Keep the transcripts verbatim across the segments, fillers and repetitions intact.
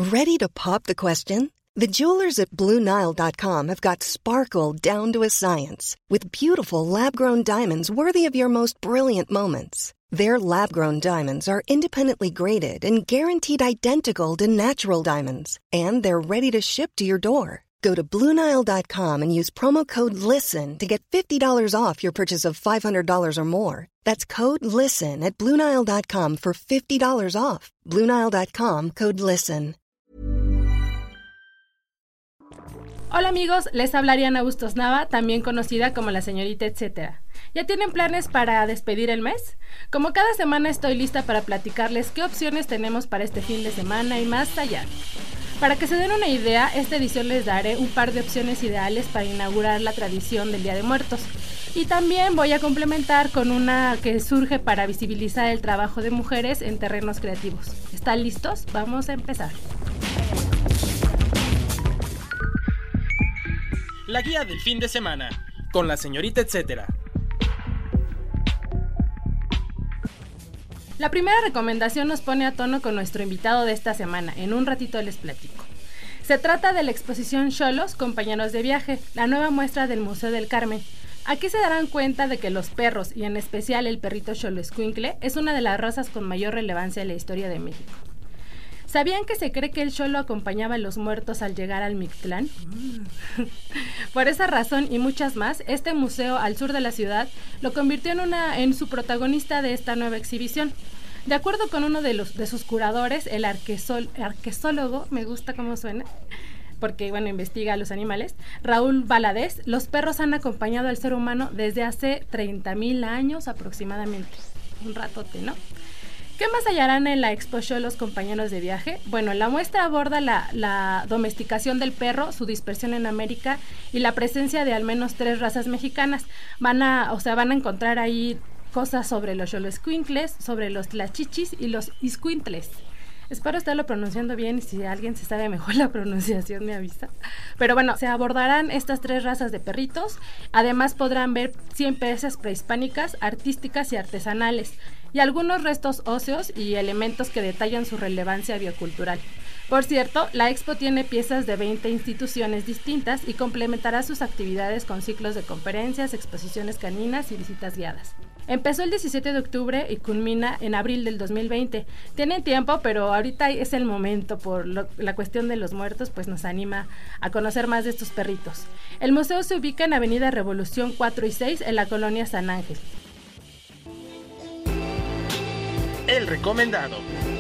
Ready to pop the question? The jewelers at Blue Nile dot com have got sparkle down to a science with beautiful lab-grown diamonds worthy of your most brilliant moments. Their lab-grown diamonds are independently graded and guaranteed identical to natural diamonds, and they're ready to ship to your door. Go to Blue Nile dot com and use promo code LISTEN to get fifty dollars off your purchase of five hundred dollars or more. That's code LISTEN at Blue Nile dot com for fifty dollars off. Blue Nile dot com, code LISTEN. Hola amigos, les habla Ariana Bustos Nava, también conocida como la señorita etcétera. ¿Ya tienen planes para despedir el mes? Como cada semana estoy lista para platicarles qué opciones tenemos para este fin de semana y más allá. Para que se den una idea, esta edición les daré un par de opciones ideales para inaugurar la tradición del Día de Muertos. Y también voy a complementar con una que surge para visibilizar el trabajo de mujeres en terrenos creativos. ¿Están listos? Vamos a empezar. La guía del fin de semana, con la señorita etcétera. La primera recomendación nos pone a tono con nuestro invitado de esta semana. En un ratito les platico. Se trata de la exposición Xolos, compañeros de viaje, la nueva muestra del Museo del Carmen. Aquí se darán cuenta de que los perros, y en especial el perrito xoloescuincle, es una de las razas con mayor relevancia en la historia de México. ¿Sabían que se cree que el xolo acompañaba a los muertos al llegar al Mictlán? Mm. Por esa razón y muchas más, este museo al sur de la ciudad lo convirtió en, una, en su protagonista de esta nueva exhibición. De acuerdo con uno de, los, de sus curadores, el arquesol, arquesólogo, me gusta cómo suena, porque bueno, investiga a los animales, Raúl Valadez, los perros han acompañado al ser humano desde hace treinta mil años aproximadamente. Un ratote, ¿no? ¿Qué más hallarán en la Expo Xolos compañeros de viaje? Bueno, la muestra aborda la, la domesticación del perro, su dispersión en América y la presencia de al menos tres razas mexicanas. Van a, o sea, van a encontrar ahí cosas sobre los xoloescuincles, sobre los tlachichis y los iscuintles. Espero estarlo pronunciando bien y si alguien se sabe mejor la pronunciación me avisa. Pero bueno, se abordarán estas tres razas de perritos. Además podrán ver cien piezas prehispánicas, artísticas y artesanales, y algunos restos óseos y elementos que detallan su relevancia biocultural. Por cierto, la expo tiene piezas de veinte instituciones distintas y complementará sus actividades con ciclos de conferencias, exposiciones caninas y visitas guiadas. Empezó el diecisiete de octubre y culmina en abril del dos mil veinte. Tienen tiempo, pero ahorita es el momento, por lo, la cuestión de los muertos, pues nos anima a conocer más de estos perritos. El museo se ubica en Avenida Revolución cuatro y seis en la colonia San Ángel. El recomendado.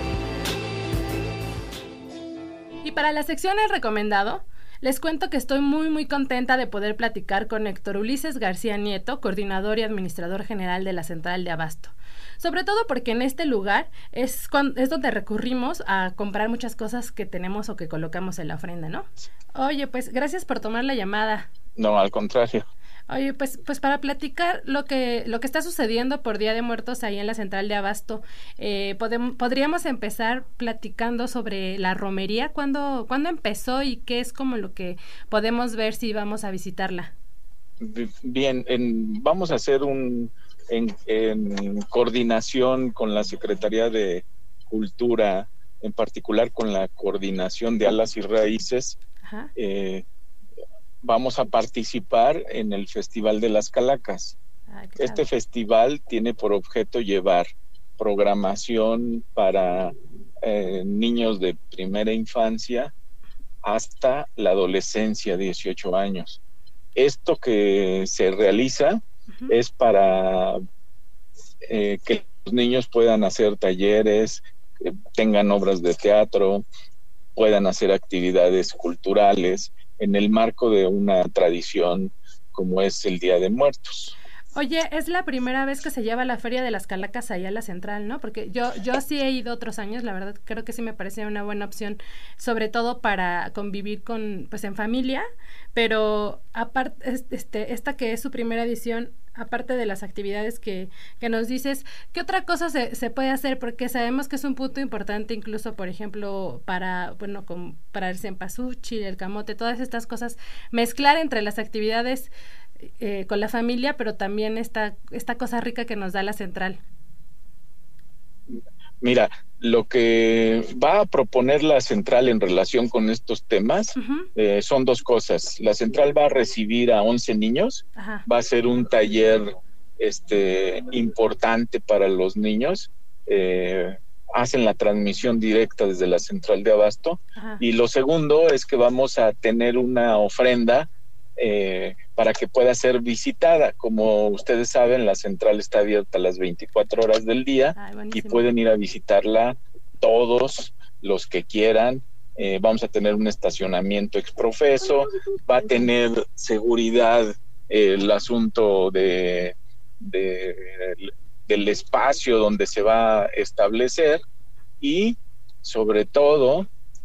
Y para la sección El recomendado, les cuento que estoy muy muy contenta de poder platicar con Héctor Ulises García Nieto, coordinador y administrador general de la Central de Abasto. Sobre todo porque en este lugar es, cuando, es donde recurrimos a comprar muchas cosas que tenemos o que colocamos en la ofrenda, ¿no? Oye, pues gracias por tomar la llamada. No, al contrario. Oye, pues, pues para platicar lo que lo que está sucediendo por Día de Muertos ahí en la Central de Abasto, eh, podemos, podríamos empezar platicando sobre la romería, ¿cuándo, ¿cuándo empezó y qué es como lo que podemos ver si vamos a visitarla? Bien, en, vamos a hacer un, en, en coordinación con la Secretaría de Cultura, en particular con la coordinación de Alas y Raíces, Ajá. eh, vamos a participar en el Festival de las Calacas. Ah, este festival tiene por objeto llevar programación para eh, niños de primera infancia hasta la adolescencia, dieciocho años. Esto que se realiza uh-huh. es para eh, que los niños puedan hacer talleres, eh, tengan obras de teatro, puedan hacer actividades culturales, en el marco de una tradición como es el Día de Muertos. Oye, es la primera vez que se lleva la Feria de las Calacas allá a la Central, ¿no? Porque yo yo sí he ido otros años, la verdad creo que sí me parece una buena opción, sobre todo para convivir con, pues en familia, pero aparte, este, esta que es su primera edición, aparte de las actividades que, que nos dices, ¿qué otra cosa se, se puede hacer? Porque sabemos que es un punto importante incluso, por ejemplo, para, bueno, con, para el cempasúchil, el camote, todas estas cosas, mezclar entre las actividades eh, con la familia, pero también esta, esta cosa rica que nos da la Central. Mira, lo que va a proponer la central en relación con estos temas uh-huh. eh, son dos cosas. La central va a recibir a once niños, uh-huh. va a ser un taller este, importante para los niños, eh, hacen la transmisión directa desde la central de abasto, uh-huh. y lo segundo es que vamos a tener una ofrenda eh, para que pueda ser visitada. Como ustedes saben, la central está abierta las veinticuatro horas del día. Ay, y pueden ir a visitarla todos los que quieran. Eh, vamos a tener un estacionamiento exprofeso, va a tener seguridad eh, el asunto de, de, del espacio donde se va a establecer, y sobre todo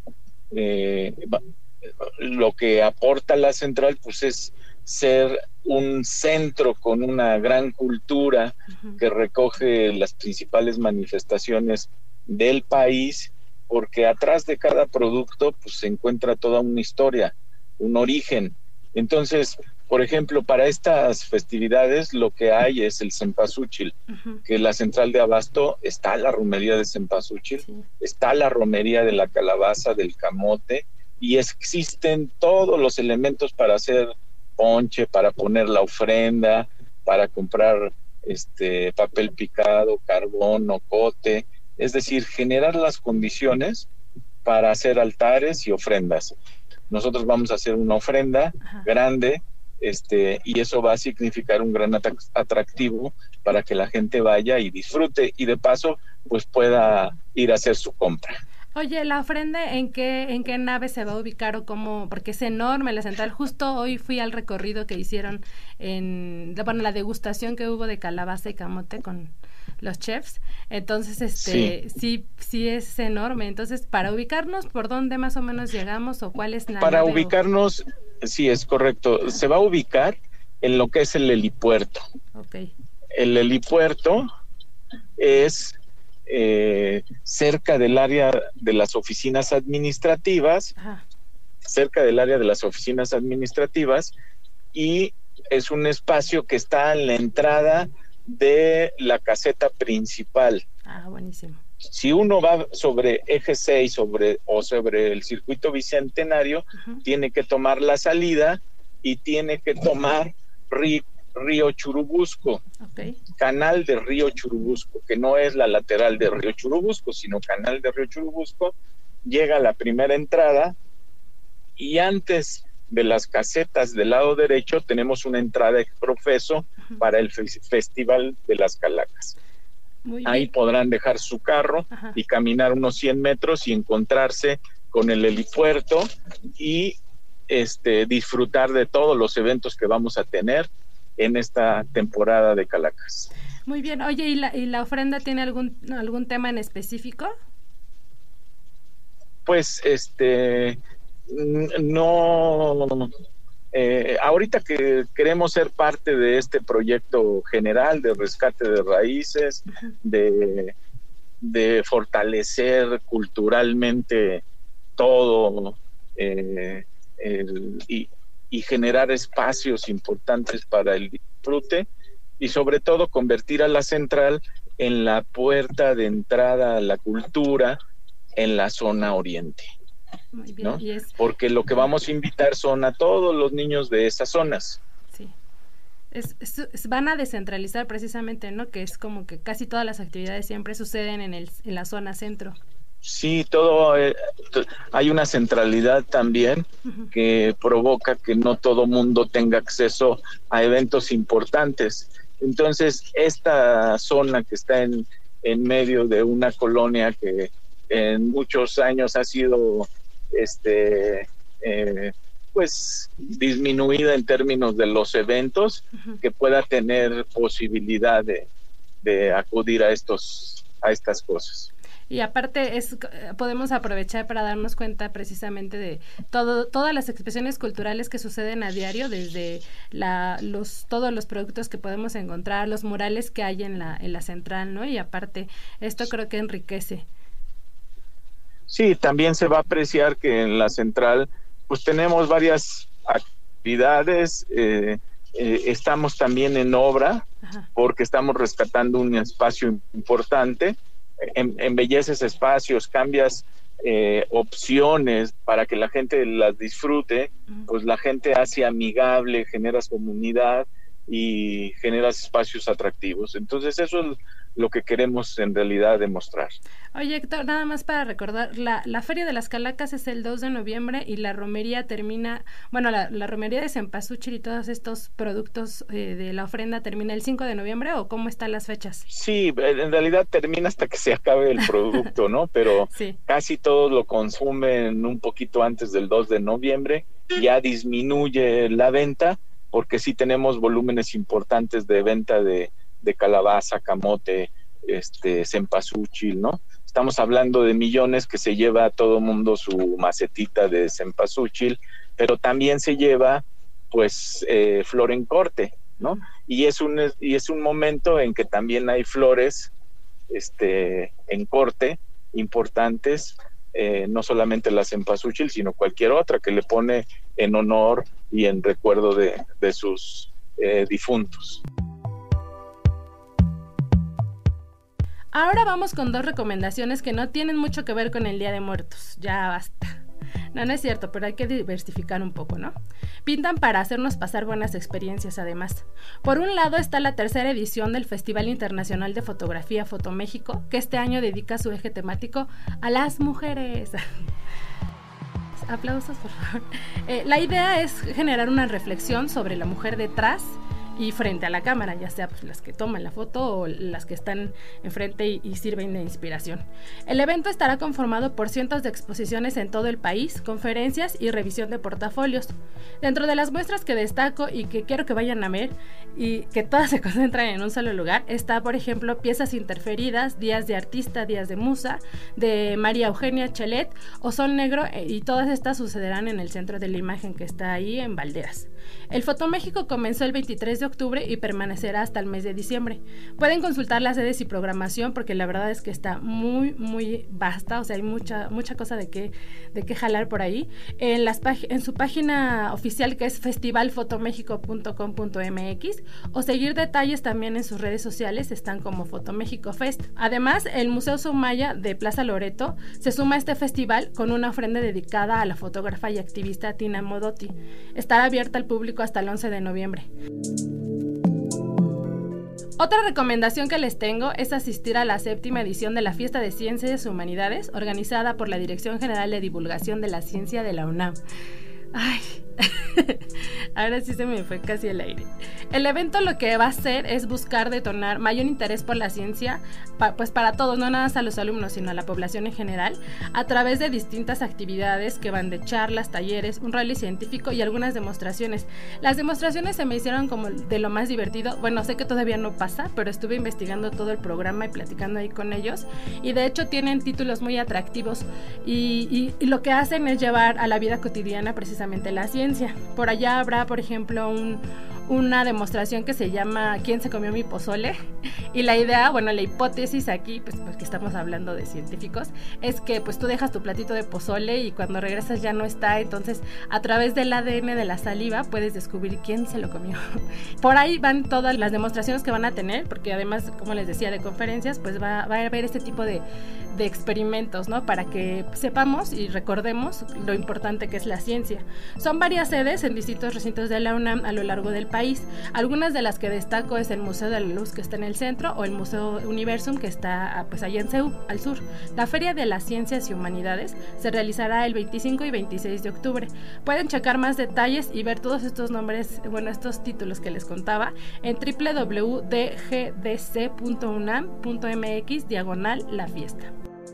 eh, lo que aporta la central pues es ser un centro con una gran cultura uh-huh. que recoge las principales manifestaciones del país, porque atrás de cada producto pues se encuentra toda una historia, un origen. Entonces, por ejemplo, para estas festividades lo que hay es el cempasúchil, uh-huh. que la central de abasto está la romería de cempasúchil, sí. está la romería de la calabaza, del camote, y existen todos los elementos para hacer ponche, para poner la ofrenda, para comprar este papel picado, carbón, ocote, es decir, generar las condiciones para hacer altares y ofrendas. Nosotros vamos a hacer una ofrenda Ajá. grande, este, y eso va a significar un gran atractivo para que la gente vaya y disfrute, y de paso pues pueda ir a hacer su compra. Oye, ¿la ofrenda en qué en qué nave se va a ubicar o cómo? Porque es enorme la central. Justo hoy fui al recorrido que hicieron en, bueno, la degustación que hubo de calabaza y camote con los chefs. Entonces, este, sí, sí, sí es enorme. Entonces, para ubicarnos, ¿por dónde más o menos llegamos o cuál es la Para nave ubicarnos, o... sí, es correcto. Se va a ubicar en lo que es el helipuerto. Okay. El helipuerto es Eh, cerca del área de las oficinas administrativas, Ajá. cerca del área de las oficinas administrativas, y es un espacio que está en la entrada de la caseta principal. Ah, buenísimo. Si uno va sobre eje seis sobre, o sobre el circuito bicentenario, uh-huh. tiene que tomar la salida y tiene que tomar Río Río Churubusco, okay. canal de Río Churubusco, que no es la lateral de Río Churubusco, sino canal de Río Churubusco. Llega a la primera entrada y antes de las casetas del lado derecho tenemos una entrada exprofeso uh-huh. para el fe- Festival de las Calacas. Muy Ahí bien. Podrán dejar su carro uh-huh. y caminar unos cien metros y encontrarse con el helipuerto y este, disfrutar de todos los eventos que vamos a tener en esta temporada de Calacas. Muy bien. Oye, ¿y la, y la ofrenda tiene algún algún tema en específico? Pues, este, no, eh, ahorita que queremos ser parte de este proyecto general de rescate de raíces, uh-huh. de, de fortalecer culturalmente todo, eh, el, y y generar espacios importantes para el disfrute, y sobre todo convertir a la central en la puerta de entrada a la cultura en la zona oriente. Muy bien, ¿no? Y es... Porque lo que vamos a invitar son a todos los niños de esas zonas. Sí. Es, es, es, van a descentralizar precisamente, ¿no? Que es como que casi todas las actividades siempre suceden en, el, en la zona centro. Sí, todo eh, t- hay una centralidad también uh-huh. que provoca que no todo mundo tenga acceso a eventos importantes. Entonces, esta zona que está en, en medio de una colonia que en muchos años ha sido este eh, pues disminuida en términos de los eventos, uh-huh. que pueda tener posibilidad de, de acudir a estos a estas cosas. Y aparte es podemos aprovechar para darnos cuenta precisamente de todo todas las expresiones culturales que suceden a diario, desde la los todos los productos que podemos encontrar, los murales que hay en la en la central, ¿no? Y aparte esto creo que enriquece. Sí, también se va a apreciar que en la central pues tenemos varias actividades, eh, eh, estamos también en obra, Ajá. porque estamos rescatando un espacio importante em, embelleces espacios, cambias eh, opciones para que la gente las disfrute, pues la gente hace amigable, generas comunidad y generas espacios atractivos. Entonces eso es lo que queremos en realidad demostrar. Oye, Héctor, nada más para recordar, la, la Feria de las Calacas es el dos de noviembre y la romería termina, bueno, la, la romería de Cempasúchil y todos estos productos eh, de la ofrenda termina el cinco de noviembre, ¿o cómo están las fechas? Sí, en realidad termina hasta que se acabe el producto, ¿no? Pero sí, casi todos lo consumen un poquito antes del dos de noviembre, ya disminuye la venta, porque sí tenemos volúmenes importantes de venta de, de calabaza, camote, este, cempasúchil, ¿no? Estamos hablando de millones que se lleva a todo mundo su macetita de cempasúchil, pero también se lleva, pues, eh, flor en corte, ¿no? Y es un y es un momento en que también hay flores, este, en corte importantes, eh, no solamente la cempasúchil, sino cualquier otra que le pone en honor y en recuerdo de, de sus eh, difuntos. Ahora vamos con dos recomendaciones que no tienen mucho que ver con el Día de Muertos. Ya basta. No, no es cierto, pero hay que diversificar un poco, ¿no? Pintan para hacernos pasar buenas experiencias, además. Por un lado está la tercera edición del Festival Internacional de Fotografía Fotoméxico, que este año dedica su eje temático a las mujeres. Aplausos, por favor. Eh, la idea es generar una reflexión sobre la mujer detrás y frente a la cámara, ya sea pues las que toman la foto o las que están enfrente y, y sirven de inspiración. El evento estará conformado por cientos de exposiciones en todo el país, conferencias y revisión de portafolios. Dentro de las muestras que destaco y que quiero que vayan a ver y que todas se concentran en un solo lugar, está por ejemplo Piezas Interferidas, Días de Artista, Días de Musa, de María Eugenia Chelet o Sol Negro, y todas estas sucederán en el centro de la imagen que está ahí en Valderas. El Fotoméxico comenzó el veintitrés de octubre y permanecerá hasta el mes de diciembre. Pueden consultar las sedes y programación porque la verdad es que está muy, muy vasta, o sea, hay mucha, mucha cosa de qué, de qué jalar por ahí. En, las pag- en su página oficial, que es festival fotomexico punto com punto m x, o seguir detalles también en sus redes sociales, están como Fotoméxico Fest. Además, el Museo Soumaya de Plaza Loreto se suma a este festival con una ofrenda dedicada a la fotógrafa y activista Tina Modotti. Estará abierta al público hasta el once de noviembre. Otra recomendación que les tengo es asistir a la séptima edición de la Fiesta de Ciencias y Humanidades, organizada por la Dirección General de Divulgación de la Ciencia de la UNAM. Ay, ahora sí se me fue casi el aire. El evento lo que va a hacer es buscar detonar mayor interés por la ciencia, pa, pues para todos, no nada más a los alumnos, sino a la población en general, a través de distintas actividades que van de charlas, talleres, un rally científico y algunas demostraciones. Las demostraciones se me hicieron como de lo más divertido. Bueno, sé que todavía no pasa, pero estuve investigando todo el programa y platicando ahí con ellos, y de hecho tienen títulos muy atractivos y, y, y lo que hacen es llevar a la vida cotidiana precisamente la ciencia. Por allá habrá, por ejemplo, un, una demostración que se llama ¿Quién se comió mi pozole? Y la idea, bueno, la hipótesis aquí, pues porque estamos hablando de científicos, es que pues tú dejas tu platito de pozole y cuando regresas ya no está, entonces a través del A D N de la saliva puedes descubrir quién se lo comió. Por ahí van todas las demostraciones que van a tener, porque además, como les decía, de conferencias, pues va, va a haber este tipo de, de experimentos, ¿no? Para que sepamos y recordemos lo importante que es la ciencia. Son varias sedes en distintos recintos de la UNAM a lo largo del país. Algunas de las que destaco es el Museo de la Luz, que está en el centro, o el Museo Universum, que está pues allá en C E U, al sur. La Feria de las Ciencias y Humanidades se realizará el veinticinco y veintiséis de octubre. Pueden checar más detalles y ver todos estos nombres, bueno, estos títulos que les contaba en doble u doble u doble u punto d g d c punto u n a m punto m x diagonal la fiesta.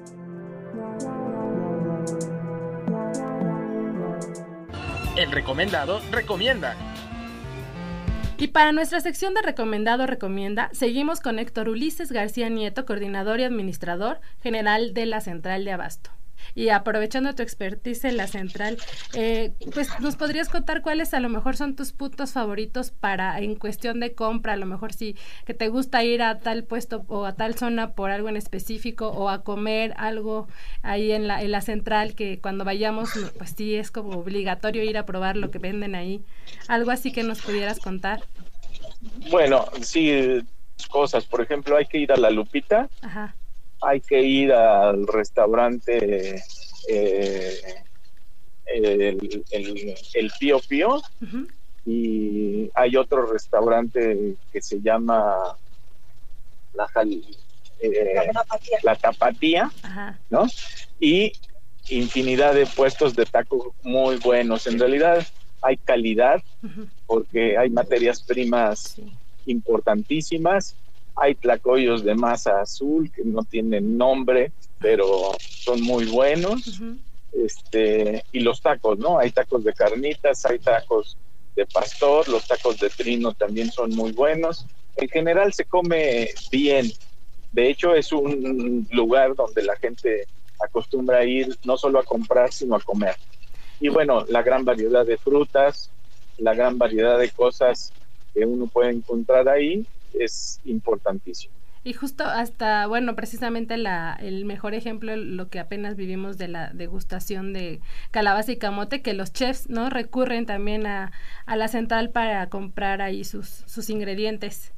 El recomendado recomienda. Y para nuestra sección de Recomendado Recomienda, seguimos con Héctor Ulises García Nieto, coordinador y administrador general de la Central de Abasto. Y aprovechando tu expertise en la central, eh, pues nos podrías contar cuáles a lo mejor son tus puntos favoritos para en cuestión de compra, a lo mejor sí que te gusta ir a tal puesto o a tal zona por algo en específico, o a comer algo ahí en la, en la central, que cuando vayamos pues sí es como obligatorio ir a probar lo que venden ahí, algo así que nos pudieras contar. Bueno, sí, cosas, por ejemplo, hay que ir a La Lupita. Ajá. hay que ir al restaurante eh, el, el, el Pío Pío, uh-huh. y hay otro restaurante que se llama la, eh, la Tapatía, la Tapatía uh-huh. ¿no? Y infinidad de puestos de tacos muy buenos. En realidad hay calidad, uh-huh. porque hay materias primas sí. importantísimas. Hay tlacoyos de masa azul que no tienen nombre, pero son muy buenos. Uh-huh. Este, y los tacos, ¿no? Hay tacos de carnitas, hay tacos de pastor, los tacos de trino también son muy buenos. En general se come bien. De hecho, es un lugar donde la gente acostumbra a ir no solo a comprar, sino a comer. Y bueno, la gran variedad de frutas, la gran variedad de cosas que uno puede encontrar ahí es importantísimo. Y justo hasta, bueno, precisamente la el mejor ejemplo, lo que apenas vivimos de la degustación de calabaza y camote, que los chefs, ¿no?, recurren también a, a la central para comprar ahí sus, sus ingredientes.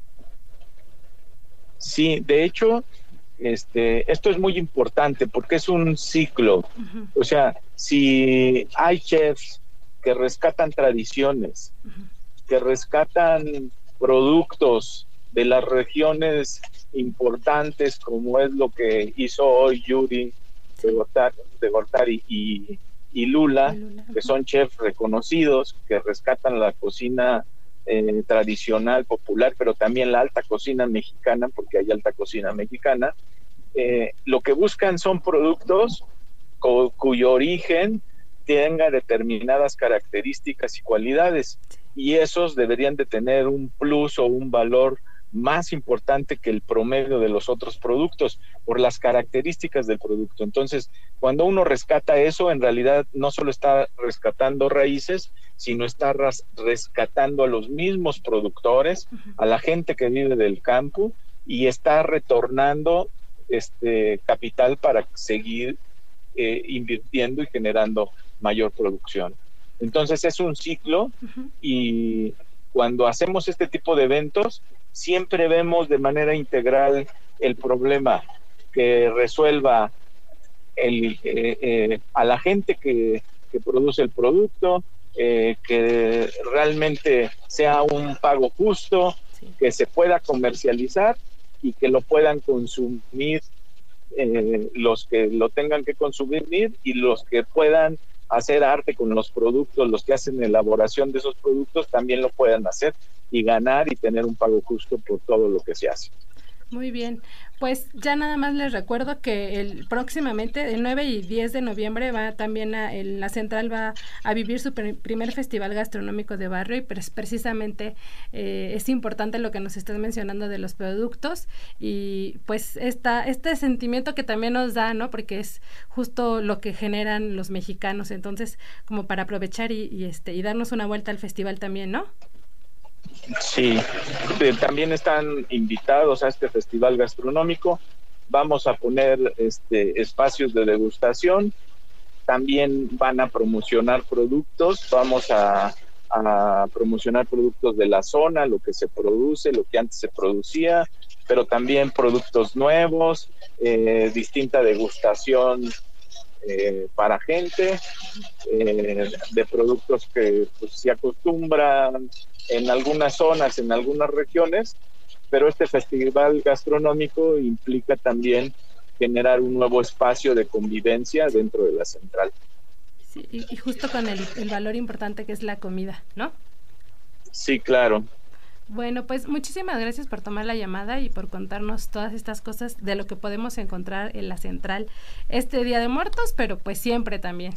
Sí, de hecho, este, esto es muy importante porque es un ciclo. Uh-huh. O sea, si hay chefs que rescatan tradiciones, uh-huh. que rescatan productos de las regiones importantes, como es lo que hizo hoy Yuri de Gortari, de Gortari y, y Lula, Lula, que son chefs reconocidos, que rescatan la cocina eh, tradicional, popular, pero también la alta cocina mexicana, porque hay alta cocina mexicana. Eh, lo que buscan son productos co- cuyo origen tenga determinadas características y cualidades, y esos deberían de tener un plus o un valor más importante que el promedio de los otros productos por las características del producto. Entonces, cuando uno rescata eso, en realidad no solo está rescatando raíces, sino está ras- rescatando a los mismos productores, a la gente que vive del campo, y está retornando este capital para seguir eh, invirtiendo y generando mayor producción. Entonces es un ciclo, uh-huh. y cuando hacemos este tipo de eventos, siempre vemos de manera integral el problema, que resuelva el, eh, eh, a la gente que, que produce el producto, eh, que realmente sea un pago justo, sí. que se pueda comercializar y que lo puedan consumir eh, los que lo tengan que consumir y los que puedan hacer arte con los productos, los que hacen elaboración de esos productos también lo puedan hacer y ganar y tener un pago justo por todo lo que se hace. Muy bien, pues ya nada más les recuerdo que el próximamente el nueve y diez de noviembre va también a, el, la central va a vivir su pr- primer festival gastronómico de barrio, y pues precisamente eh, es importante lo que nos estás mencionando de los productos y pues esta, este sentimiento que también nos da, ¿no? Porque es justo lo que generan los mexicanos, entonces como para aprovechar y, y este y darnos una vuelta al festival también, ¿no? Sí, eh, también están invitados a este festival gastronómico. Vamos a poner este, espacios de degustación. También van a promocionar productos. Vamos a, a promocionar productos de la zona, lo que se produce, lo que antes se producía, pero también productos nuevos, eh, distinta degustación eh, para gente, eh, de productos que pues, se acostumbran en algunas zonas, en algunas regiones, pero este festival gastronómico implica también generar un nuevo espacio de convivencia dentro de la central. Sí, y, y justo con el, el valor importante que es la comida, ¿no? Sí, claro. Bueno, pues muchísimas gracias por tomar la llamada y por contarnos todas estas cosas de lo que podemos encontrar en la central este Día de Muertos, pero pues siempre también.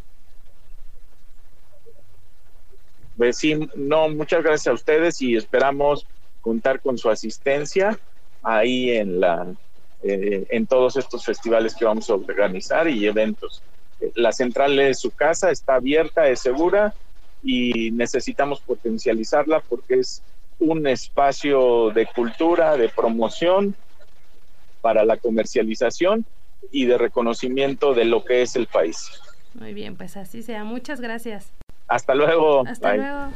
Pues sí, no, muchas gracias a ustedes y esperamos contar con su asistencia ahí en la eh, en todos estos festivales que vamos a organizar y eventos. La central es su casa, está abierta, es segura y necesitamos potencializarla porque es un espacio de cultura, de promoción para la comercialización y de reconocimiento de lo que es el país. Muy bien, pues así sea. Muchas gracias. Hasta luego. Hasta Bye. luego.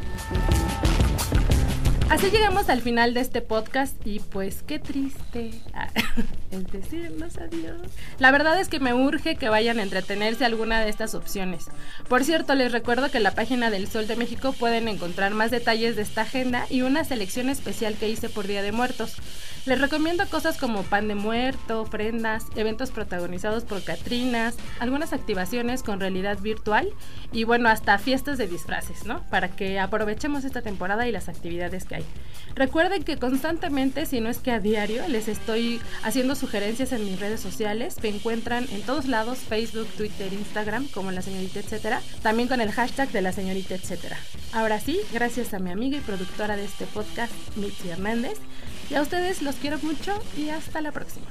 Así llegamos al final de este podcast y pues qué triste. es decirnos adiós. La verdad es que me urge que vayan a entretenerse a alguna de estas opciones. Por cierto, les recuerdo que en la página del Sol de México pueden encontrar más detalles de esta agenda y una selección especial que hice por Día de Muertos. Les recomiendo cosas como pan de muerto, ofrendas, eventos protagonizados por catrinas, algunas activaciones con realidad virtual y bueno, hasta fiestas de disfraces, ¿no? Para que aprovechemos esta temporada y las actividades que hay. Recuerden que constantemente, si no es que a diario, les estoy haciendo sugerencias en mis redes sociales. Me encuentran en todos lados, Facebook, Twitter, Instagram, como La Señorita Etcétera, también con el hashtag de La Señorita Etcétera. Ahora sí, gracias a mi amiga y productora de este podcast, Mitzi Hernández, y a ustedes los quiero mucho y hasta la próxima.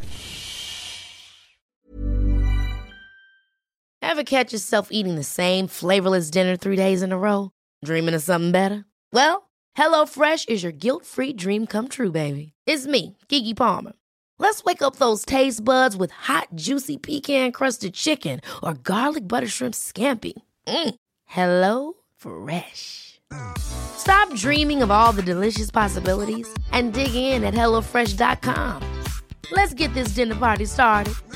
Ever catch yourself eating the same flavorless dinner three days in a row? Dreaming of something better? Well, HelloFresh is your guilt-free dream come true, baby. It's me, Keke Palmer. Let's wake up those taste buds with hot, juicy pecan-crusted chicken or garlic butter shrimp scampi. Mm. Hello Fresh. Stop dreaming of all the delicious possibilities and dig in at hello fresh dot com. Let's get this dinner party started.